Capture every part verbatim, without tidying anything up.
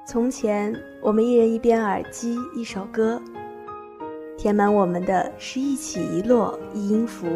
从前，我们一人一边耳机，一首歌，填满我们的是一起一落一音符。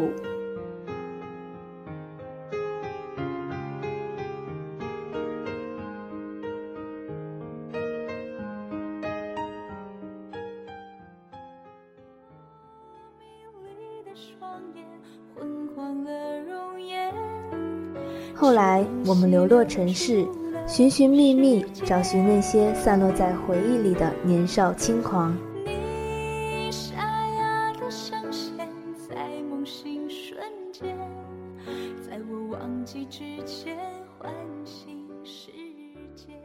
后来，我们流落城市，寻寻觅觅，找寻那些散落在回忆里的年少轻狂。 你沙哑的声线，在梦醒瞬间，在我忘记之前唤醒世界。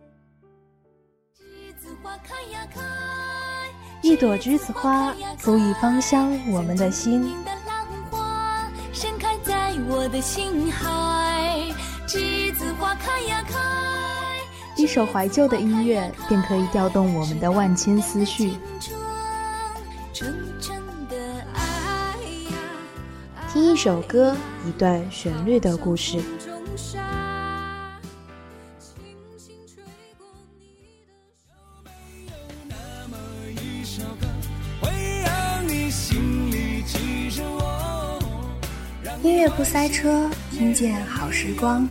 橘子花开呀开， 一朵橘子花足以芳香我们的心。 盛开在我的心海，橘子花开呀开。 一首怀旧的音乐便可以调动我们的万千思绪。 听一首歌，一段旋律的故事。 音乐不塞车，听见好时光。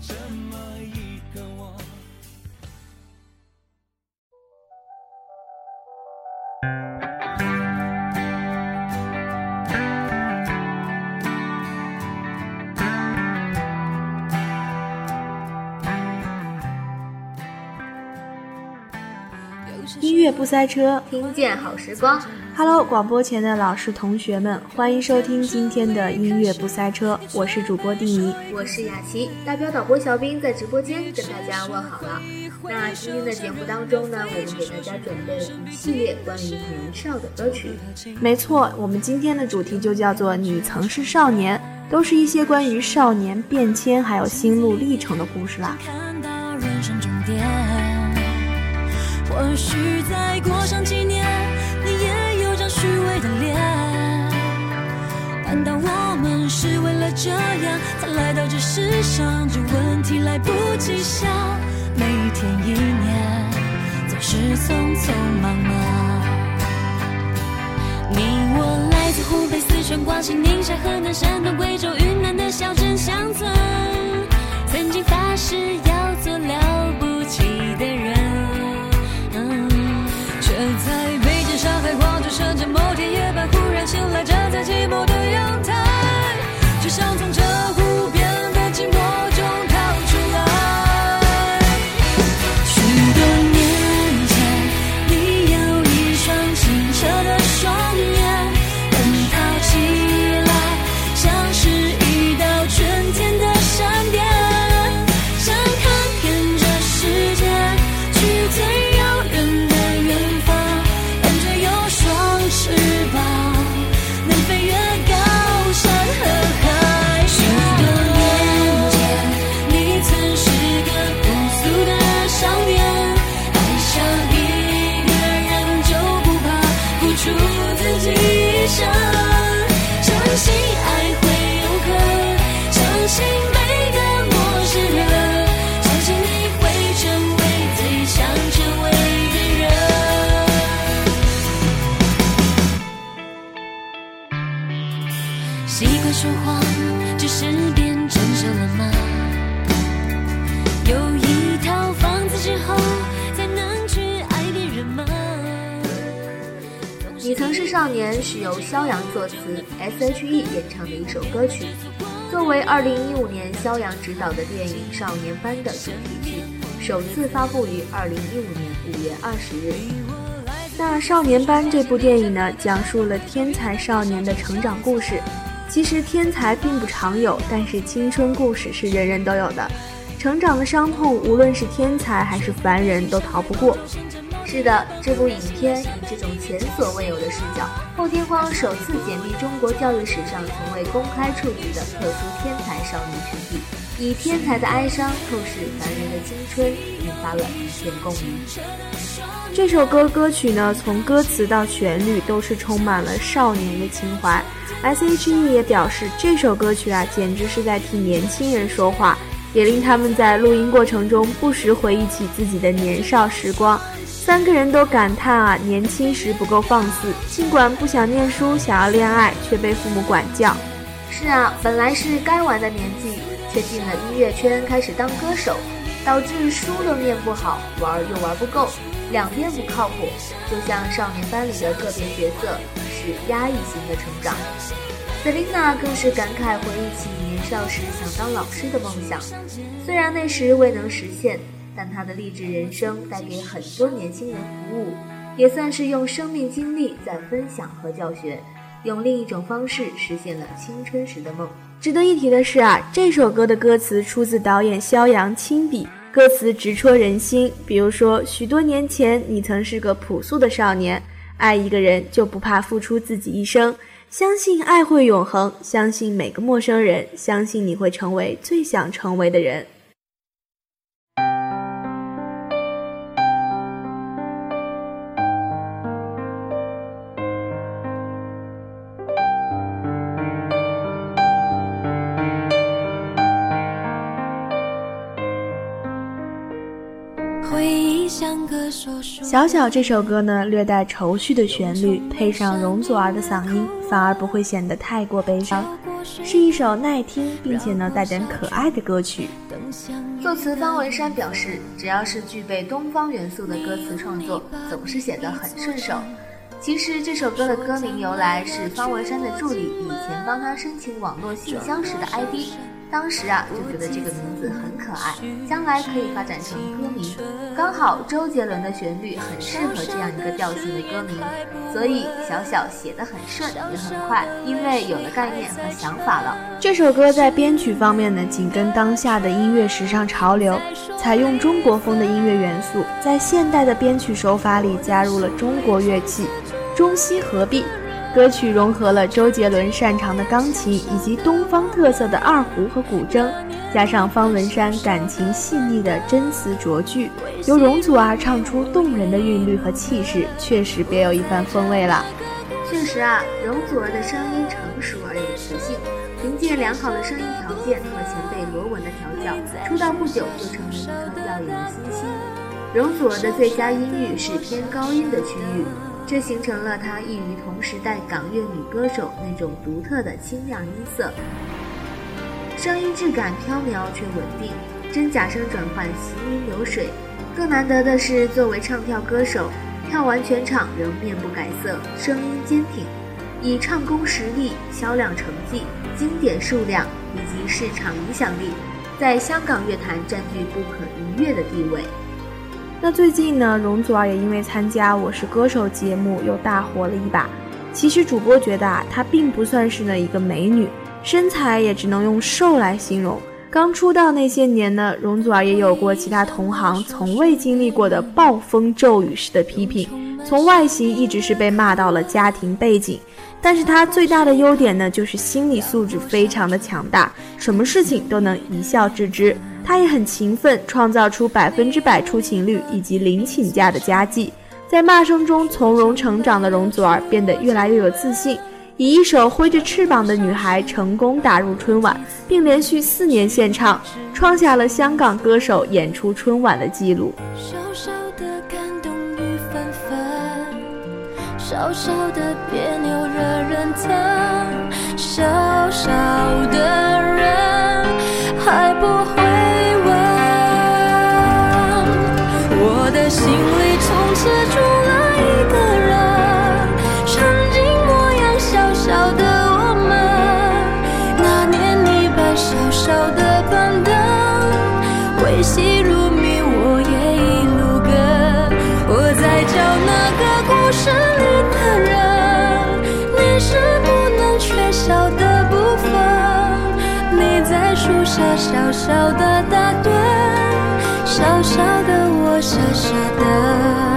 音乐不塞车， 听见好时光。 Hello， 广播前的老师同学们，欢迎收听今天的音乐不塞车，我是主播丁怡， 我是雅琪，代表导播小兵在直播间跟大家问好了。那今天的节目当中呢，我们给大家准备了一系列关于年少的歌曲。 没错，我们今天的主题就叫做你曾是少年，都是一些关于少年变迁还有心路历程的故事啦。 看到人生终点，或许再过上几年，你也有张虚伪的脸。难道我们是为了这样才来到这世上？这问题来不及想，每一天一年总是匆匆忙忙。你我来自湖北、四川、广西、宁夏、河南、山东、贵州、云南的小镇乡村，曾经发誓要做了不起的人，却在北京、上海、广州、深圳某天夜半忽然醒来，站在寂寞的阳台，只想从这无边的寂寞中逃出来。许多年前，你有一双清澈的双眼，奔跑起来像是一道春天的闪电，想看遍这世界，去最遥远的远方，感觉有双翅膀能飞越高山和海。许多年前，你曾是个朴素的少年，爱上一个人就不怕付出自己一生，相信爱会永恒，相信每个陌生人，相信你会成为最想成为的人。习惯说谎，只是变成熟了吗？有一套房子之后，才能去爱别人吗？ 你曾是少年是由萧阳作词 S H E 演唱的一首歌曲，作为二零一五年萧阳执导的电影《少年班》的主题曲，首次发布于二零一五年五月二十日。 那《少年班》这部电影呢，讲述了天才少年的成长故事。其实天才并不常有，但是青春故事是人人都有的。成长的伤痛，无论是天才还是凡人都逃不过。 是的，这部影片以这种前所未有的视角，破天荒首次简历中国教育史上从未公开触及的特殊天才少年群体，以天才的哀伤透视凡人的青春，引发了一片共鸣。 这首歌歌曲呢，从歌词到旋律都是充满了少年的情怀。S H E 也表示，这首歌曲啊，简直是在替年轻人说话，也令他们在录音过程中不时回忆起自己的年少时光， 三个人都感叹啊，年轻时不够放肆，尽管不想念书，想要恋爱，却被父母管教。 是啊，本来是该玩的年纪，却进了音乐圈开始当歌手，导致书都念不好，玩又玩不够，两边不靠谱，就像少年班里的个别角色，是压抑型的成长。Selina 更是感慨回忆起年少时想当老师的梦想，虽然那时未能实现，但她的励志人生带给很多年轻人服务，也算是用生命经历在分享和教学，用另一种方式实现了青春时的梦。 值得一提的是啊，这首歌的歌词出自导演肖阳亲笔，歌词直戳人心。比如说，许多年前你曾是个朴素的少年，爱一个人就不怕付出自己一生，相信爱会永恒，相信每个陌生人，相信你会成为最想成为的人。小小这首歌呢，略带愁绪的旋律，配上容祖儿的嗓音，反而不会显得太过悲伤，是一首耐听并且呢带点可爱的歌曲。 作词方文山表示，只要是具备东方元素的歌词创作，总是写得很顺手。其实这首歌的歌名由来是方文山的助理以前帮他申请网络信箱时的 I D， 当时啊就觉得这个名字很可爱，将来可以发展成歌名，刚好周杰伦的旋律很适合这样一个调性的歌名，所以小小写得很顺也很快，因为有了概念和想法了。 这首歌在编曲方面呢，紧跟当下的音乐时尚潮流，采用中国风的音乐元素，在现代的编曲手法里加入了中国乐器，中西合璧。歌曲融合了周杰伦擅长的钢琴以及东方特色的二胡和古筝，加上方文山感情细腻的真词拙句，由容祖儿唱出动人的韵律和气势，确实别有一番风味了。 确实啊，容祖儿的声音成熟而有磁性，凭借良好的声音条件和前辈罗文的调教，出道不久就成为一颗耀眼的新星。容祖儿的最佳音域是偏高音的区域，这形成了她异于同时代港乐女歌手那种独特的清亮音色，声音质感飘渺却稳定，真假声转换行云流水。更难得的是，作为唱跳歌手，跳完全场仍面不改色，声音坚挺，以唱功实力、销量成绩、经典数量以及市场影响力，在香港乐坛占据不可逾越的地位。 那最近呢，容祖儿也因为参加《我是歌手》节目又大火了一把。其实主播觉得啊，她并不算是呢一个美女，身材也只能用瘦来形容。刚出道那些年呢，容祖儿也有过其他同行从未经历过的暴风骤雨式的批评，从外形一直是被骂到了家庭背景。但是她最大的优点呢，就是心理素质非常的强大，什么事情都能一笑置之。她也很勤奋，创造出百分之百出勤率以及零请假的佳绩。在骂声中从容成长的容祖儿变得越来越有自信，以一首挥着翅膀的女孩成功打入春晚，并连续四年献唱，创下了香港歌手演出春晚的记录。 小小的感动与纷纷，小小的别扭惹人疼，小小的人还不会问，我的心里从此住了一个人，曾经模样小小的我们，那年你把小小的板凳维系如谜，我也一路跟，我在讲那个故事里的人，你是不能缺少的部分，你在树下小小的打盹，小小的我傻傻的，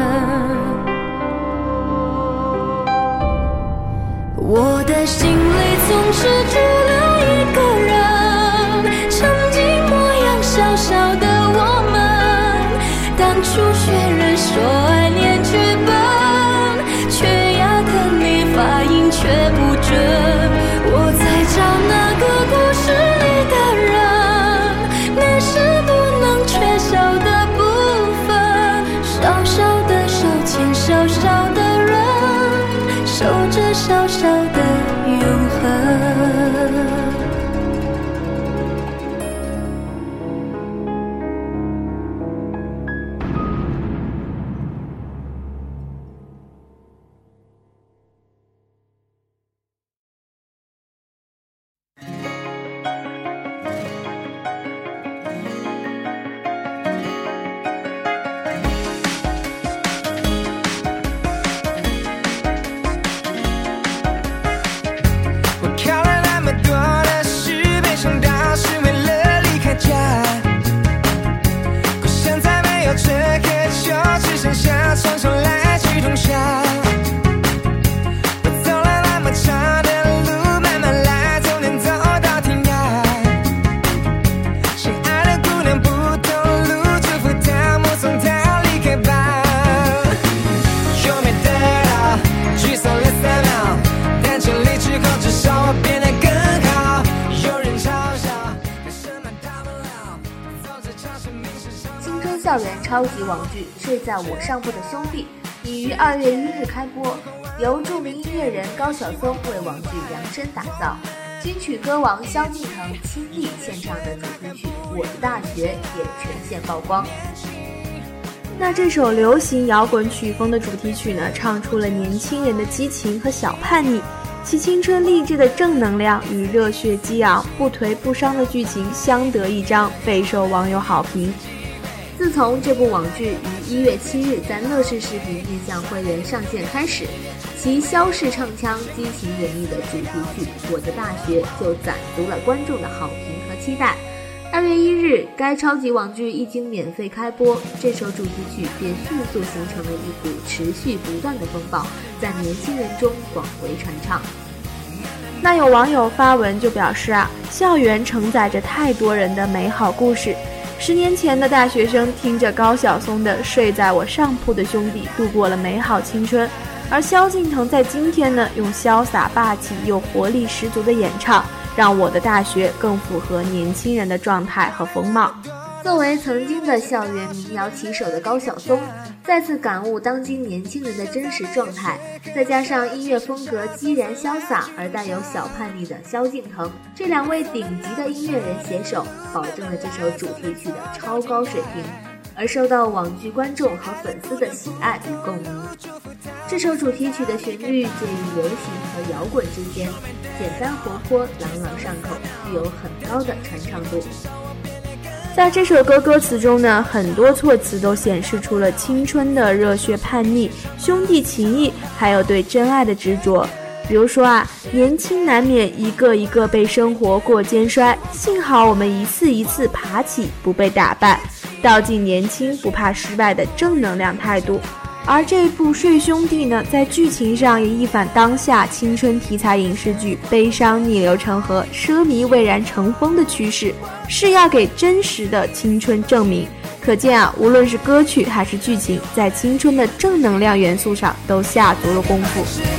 我的心里总是住了一个人，曾经模样小小的我们，当初学人说爱念剧本，缺牙的你发音却不准，我在找那个故事里的人，你是不能缺少的部分，小小的手校园超级网剧《睡在我上铺的兄弟》已于二月一日开播，由著名音乐人高晓松为网剧量身打造，金曲歌王萧敬腾亲力献唱的主题曲《我的大学》也全线曝光。 那这首流行摇滚曲风的主题曲呢，唱出了年轻人的激情和小叛逆，其青春励志的正能量与热血激昂、不颓不伤的剧情相得益彰，备受网友好评。 自从这部网剧于一月七日在乐视视频面向会员上线开始，其萧氏唱腔、激情演绎的主题曲《我的大学》就攒足了观众的好评和期待。二月一日，该超级网剧一经免费开播，这首主题曲便迅速形成了一股持续不断的风暴，在年轻人中广为传唱。 那有网友发文就表示啊，校园承载着太多人的美好故事。十年前的大学生听着高晓松的《睡在我上铺的兄弟》度过了美好青春，而萧敬腾在今天呢，用潇洒霸气又活力十足的演唱，让我的大学更符合年轻人的状态和风貌。 作为曾经的校园民谣旗手的高晓松，再次感悟当今年轻人的真实状态，再加上音乐风格激然潇洒而带有小叛逆的萧敬腾，这两位顶级的音乐人携手，保证了这首主题曲的超高水平，而受到网剧观众和粉丝的喜爱与共鸣。这首主题曲的旋律介于流行和摇滚之间，简单活泼，朗朗上口，具有很高的传唱度。 在这首歌歌词中呢，很多措辞都显示出了青春的热血叛逆、兄弟情谊，还有对真爱的执着。比如说啊，年轻难免一个一个被生活过肩摔，幸好我们一次一次爬起，不被打败，道尽年轻不怕失败的正能量态度。而这部《睡兄弟》呢，在剧情上也一反当下青春题材影视剧悲伤逆流成河、奢靡蔚然成风的趋势，是要给真实的青春证明。可见啊，无论是歌曲还是剧情，在青春的正能量元素上都下足了功夫。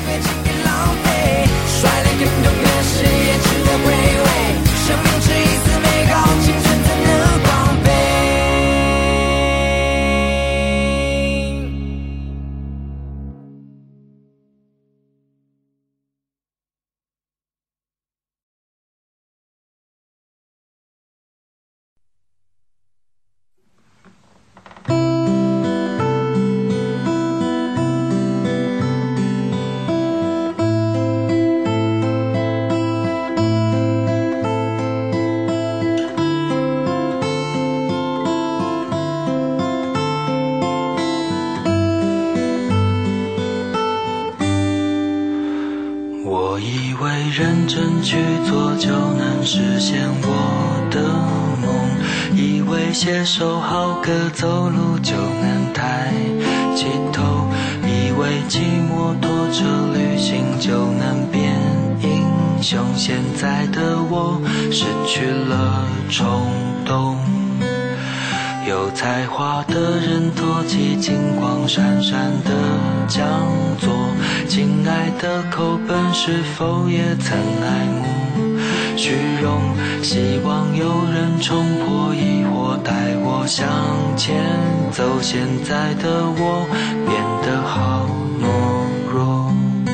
认真去做就能实现我的梦，以为写首好歌走路就能抬起头，以为骑摩托车旅行就能变英雄，现在的我失去了冲动，有才华的人托起金光闪闪的讲座，亲爱的口本是否也曾爱慕虚荣，希望有人冲破疑惑带我向前走，现在的我变得好懦弱，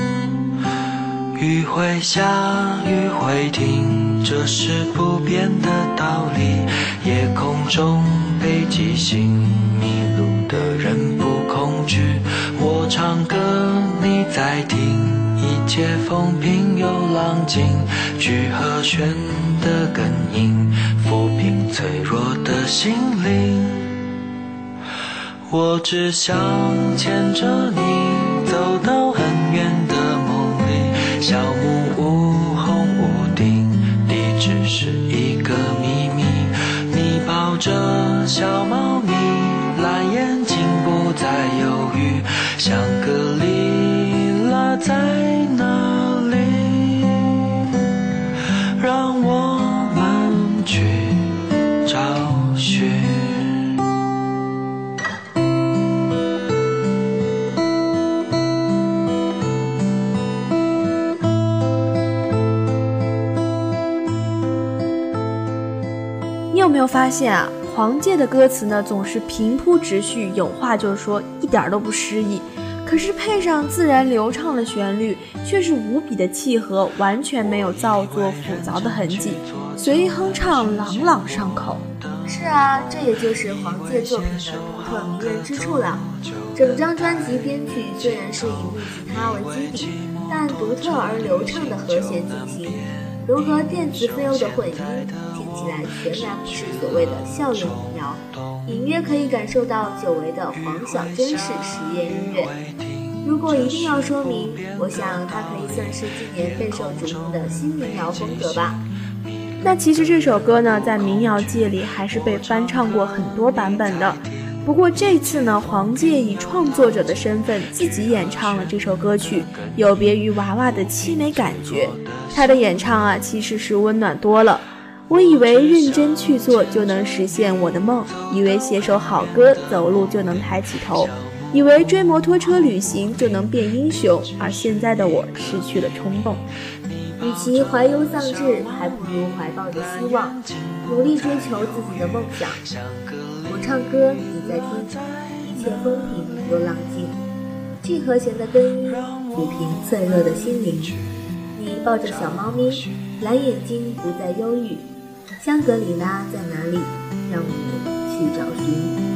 雨会下雨会停，这是不变的道理，夜空中北极星，迷路的人不恐惧，我唱歌你在听，一切风平又浪静，去和弦的根音，抚平脆弱的心灵，我只想牵着你走到很远的梦里，小木屋红屋顶，地址是一个秘密，你抱着小猫咪，蓝眼睛不再犹豫，香格里拉在哪里，让我们去找寻。 你有没有发现啊， 黄玠的歌词呢总是平铺直叙，有话就说，一点都不诗意。可是配上自然流畅的旋律，却是无比的契合，完全没有造作复杂的痕迹，随意哼唱，朗朗上口。 是啊，这也就是黄玠作品的独特迷人之处了。整张专辑编曲虽然是以木吉他为基底，但独特而流畅的和弦进行，融合电子 feel 的混音，听起来全然不是所谓的校园民谣，隐约可以感受到久违的黄小珍式实验音乐。如果一定要说明，我想它可以算是近年备受瞩目的新民谣风格吧。 那其实这首歌呢，在民谣界里还是被翻唱过很多版本的。不过这次呢，黄玠以创作者的身份自己演唱了这首歌曲，有别于娃娃的凄美感觉。他的演唱啊，其实是温暖多了。我以为认真去做就能实现我的梦，以为写首好歌走路就能抬起头，以为追摩托车旅行就能变英雄，而现在的我失去了冲动。 与其怀忧丧志，还不如怀抱着希望，努力追求自己的梦想。我唱歌，你在听，一切风平又浪静，G和弦的根音抚平脆弱的心灵。你抱着小猫咪，蓝眼睛不再忧郁，香格里拉在哪里？让我们去找寻。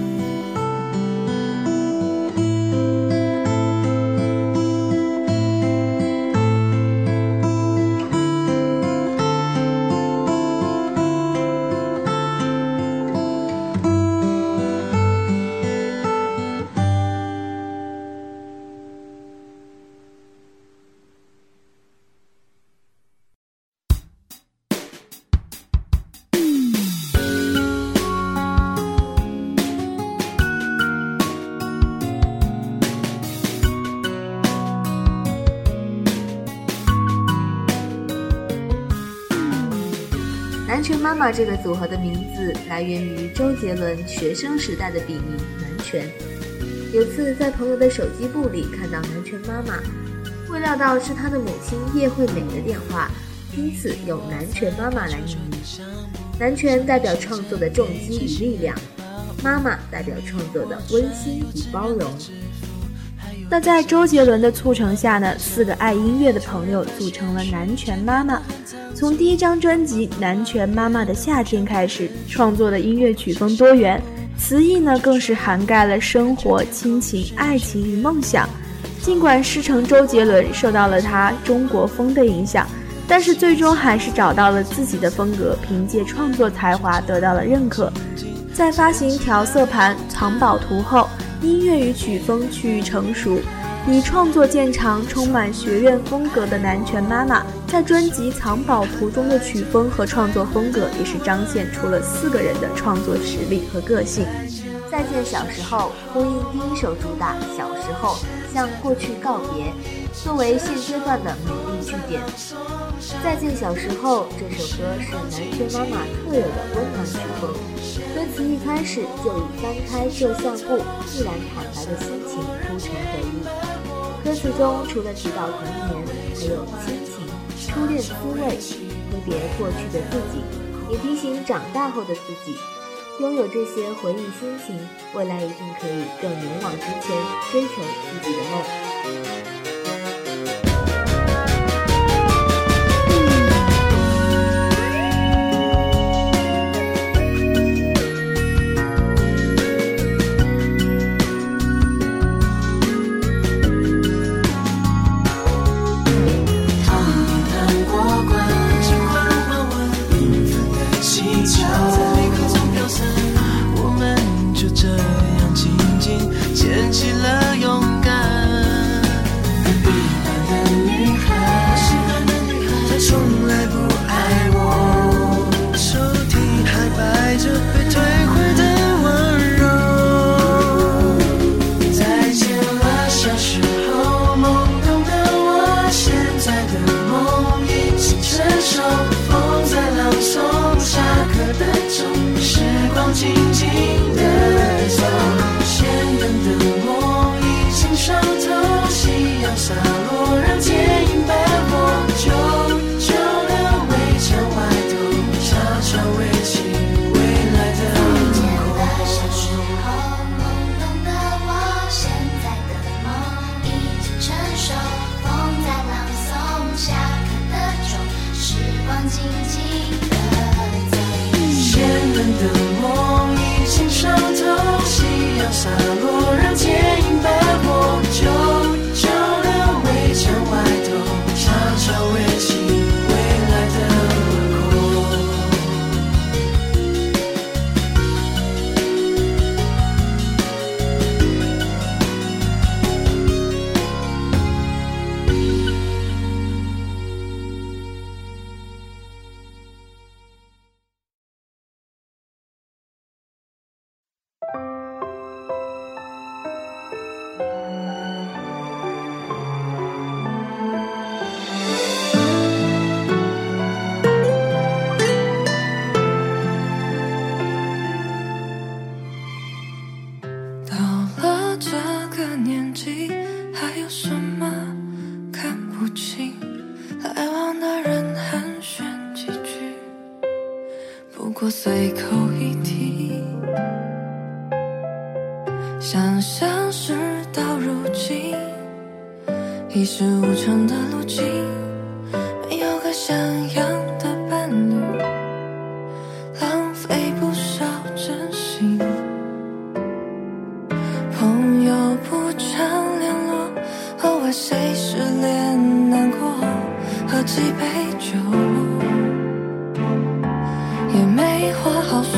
南拳妈妈这个组合的名字来源于周杰伦学生时代的笔名南拳。有次在朋友的手机簿里看到南拳妈妈，未料到是他的母亲叶惠美的电话，因此用南拳妈妈来命名。南拳代表创作的重击与力量，妈妈代表创作的温馨与包容。 那在周杰伦的促成下呢，四个爱音乐的朋友组成了南拳妈妈。从第一张专辑《南拳妈妈的夏天》开始，创作的音乐曲风多元，词意呢更是涵盖了生活、亲情、爱情与梦想。尽管师承周杰伦受到了他中国风的影响，但是最终还是找到了自己的风格，凭借创作才华得到了认可。在发行调色盘《藏宝图》后，音乐与曲风趋于成熟，以创作见长、充满学院风格的南拳妈妈，在专辑《藏宝图》中的曲风和创作风格也是彰显出了四个人的创作实力和个性。 再见小时候呼应第一首主打《小时候》，向过去告别，作为现阶段的美丽句点。再见小时候这首歌是南拳妈妈特有的温暖曲风，歌词一开始就以翻开摄像布自然坦白的心情铺陈回忆。歌词中除了提到童年，还有亲情、初恋滋味，挥别过去的自己，也提醒长大后的自己，拥有这些回忆心情，未来一定可以更勇往直前，追求自己的梦。 静静的走，鲜嫩的梦已经上头，夕阳洒落让剪影斑驳，旧旧的围墙外头，悄悄围起未来的的梦已经上头，夕阳洒落，让剪影斑驳，旧旧的围墙外头，常常为起未来的随口一提，想象事到如今，一事无成的路径，没有个像样的伴侣，浪费不少真心。朋友不常联络，偶尔谁失恋难过，喝几杯酒也没话好说，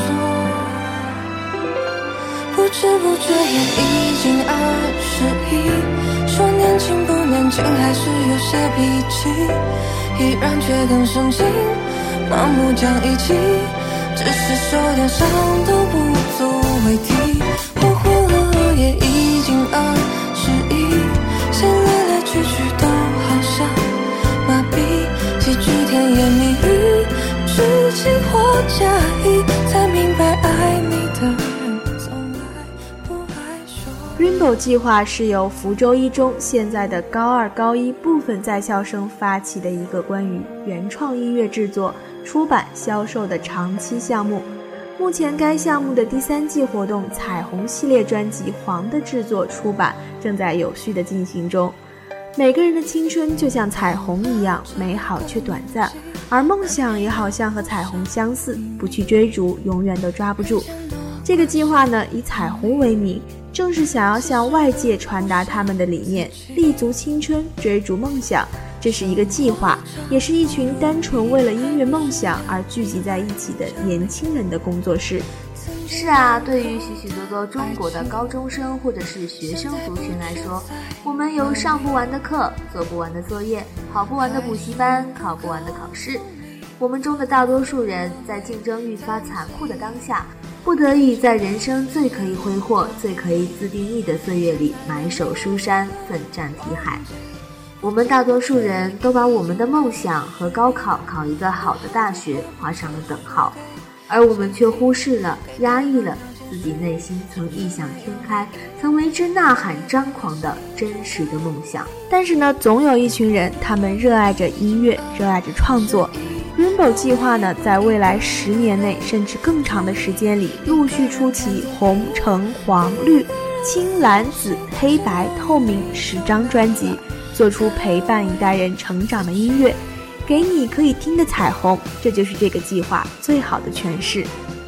不知不觉也已经二十一，说年轻不年轻，还是有些脾气，依然却更生气，盲目讲义气，只是手点上都不足为提。我活了也已经二十一，谁来来去去都好像麻痹，几句甜言蜜语是情或假意，才明白爱你的人从来不爱说。 Rainbow 计划是由福州一中现在的高二高一部分在校生发起的一个关于原创音乐制作、出版、销售的长期项目。目前该项目的第三季活动彩虹系列专辑《黄》的制作出版正在有序的进行中。每个人的青春就像彩虹一样美好却短暂，而梦想也好像和彩虹相似，不去追逐永远都抓不住。这个计划呢，以彩虹为名，正是想要向外界传达他们的理念，立足青春，追逐梦想。这是一个计划，也是一群单纯为了音乐梦想而聚集在一起的年轻人的工作室。 是啊，对于许许多多中国的高中生或者是学生族群来说，我们有上不完的课，做不完的作业，跑不完的补习班，考不完的考试。我们中的大多数人在竞争愈发残酷的当下，不得已在人生最可以挥霍、最可以自定义的岁月里埋首书山，奋战题海。我们大多数人都把我们的梦想和高考考一个好的大学画上了等号，而我们却忽视了、压抑了自己内心曾异想天开、曾为之呐喊张狂的真实的梦想。 但是呢，总有一群人，他们热爱着音乐，热爱着创作。Rainbow 计划呢，在未来十年内甚至更长的时间里，陆续出齐红、橙、黄、绿、青、蓝、紫、黑白、透明十张专辑，做出陪伴一代人成长的音乐，给你可以听的彩虹。这就是这个计划最好的诠释。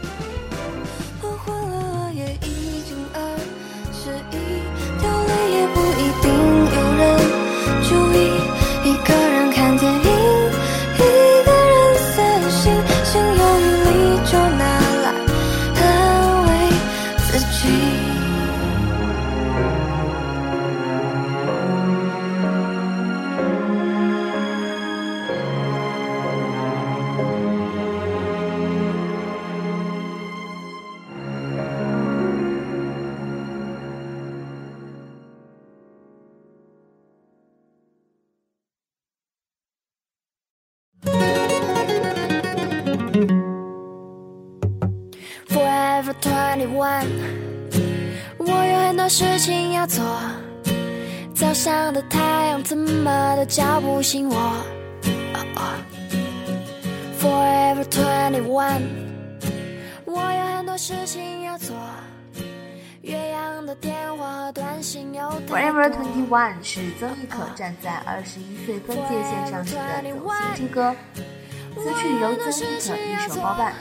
Forever twenty-one， 我有很多事情要做，早上的太阳怎么都叫不醒我。oh, oh. Forever twenty-one， 我有很多事情要做，岳阳的电话和短信有太多。 Forever twenty-one 是曾轶可站在二十一岁分界线上写的走心之歌，词曲由曾轶可一手包办，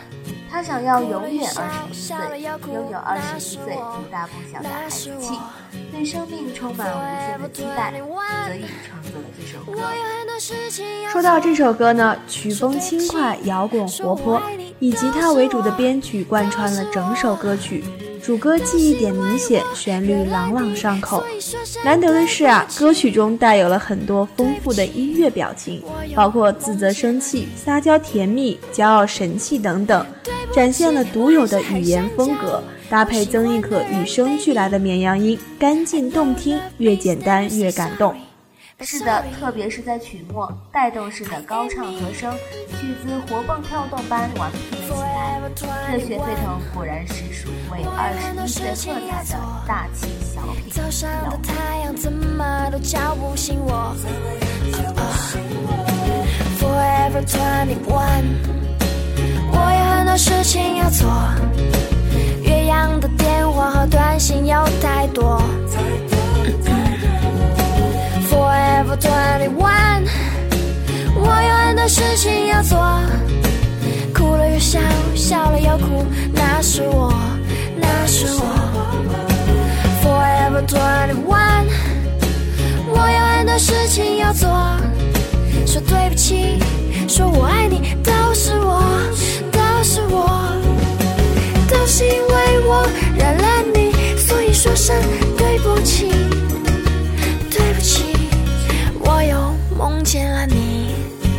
他想要永远二十一岁，拥有二十一岁不大不小的孩子气，对生命充满无限的期待，所以创作了这首歌。 说到这首歌呢，曲风轻快、摇滚活泼，以吉他为主的编曲贯穿了整首歌曲，主歌记忆点明显，旋律朗朗上口。难得的是啊，歌曲中带有了很多丰富的音乐表情，包括自责生气、撒娇甜蜜、骄傲神气等等，展现了独有的语言风格，搭配曾轶可与生俱来的绵阳音，干净动听，越简单越感动。 是的，特别是在曲末带动式的高唱和声，曲子活蹦跳动般顽皮了起来，热血沸腾，果然实属为二十一岁喝彩的大气小品。 早上的太阳怎么都叫不醒我、uh, Forever twenty-one， 我有很多事情要做，岳阳的电话和短信有太多。Forever twenty-one， 我有很多事情要做，哭了又笑，笑了又哭，那是我，那是我。Forever twenty-one， 我有很多事情要做，说对不起，说我爱你，都是我，都是我，都是因为我惹了你，所以说声对不起，对不起。我又梦见了你，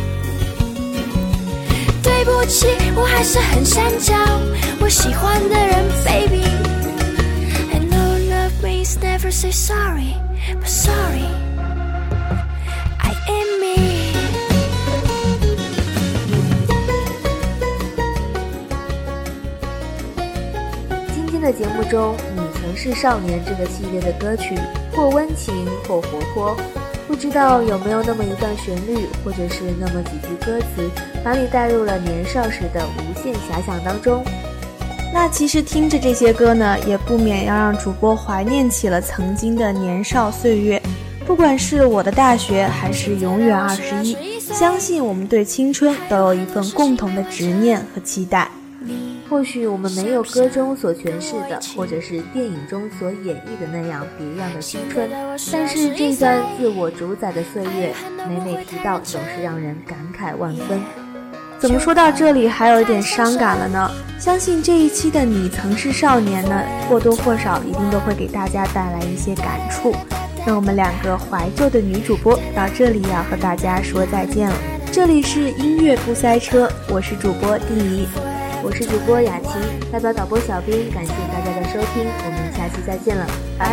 对不起，我还是很想找我喜欢的人 baby I know love means never say sorry But sorry I am me。 今天的节目中，你曾是少年这个系列的歌曲或温情或活泼，不知道有没有那么一段旋律，或者是那么几句歌词，把你带入了年少时的无限遐想当中。 那其实听着这些歌呢，也不免要让主播怀念起了曾经的年少岁月。不管是我的大学，还是永远二十一，相信我们对青春都有一份共同的执念和期待。 或许我们没有歌中所诠释的，或者是电影中所演绎的那样别样的青春，但是这段自我主宰的岁月，每每提到总是让人感慨万分。 怎么说到这里还有一点伤感了呢？相信这一期的你曾是少年呢，或多或少一定都会给大家带来一些感触。那我们两个怀旧的女主播到这里要和大家说再见了。这里是音乐不塞车，我是主播丁怡， 我是主播雅琪，代表导播小兵，感谢大家的收听，我们下期再见了，拜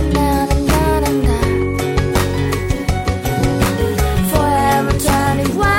拜。